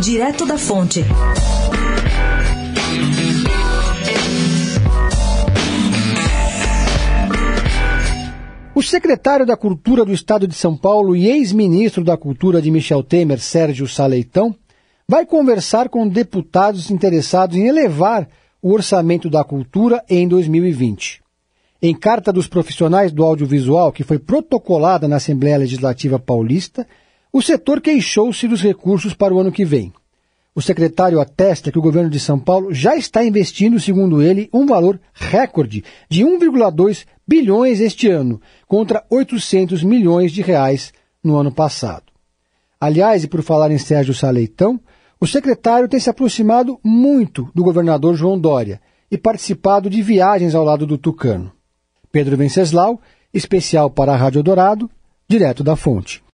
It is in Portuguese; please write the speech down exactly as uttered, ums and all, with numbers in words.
Direto da Fonte. O secretário da Cultura do Estado de São Paulo e ex-ministro da Cultura de Michel Temer, Sérgio Sá Leitão, vai conversar com deputados interessados em elevar o orçamento da cultura em dois mil e vinte. Em carta dos profissionais do audiovisual, que foi protocolada na Assembleia Legislativa Paulista, o setor queixou-se dos recursos para o ano que vem. O secretário atesta que o governo de São Paulo já está investindo, segundo ele, um valor recorde de um vírgula dois bilhões este ano, contra oitocentos milhões de reais no ano passado. Aliás, e por falar em Sérgio Sá Leitão, o secretário tem se aproximado muito do governador João Dória e participado de viagens ao lado do tucano. Pedro Venceslau, especial para a Rádio Eldorado, direto da Fonte.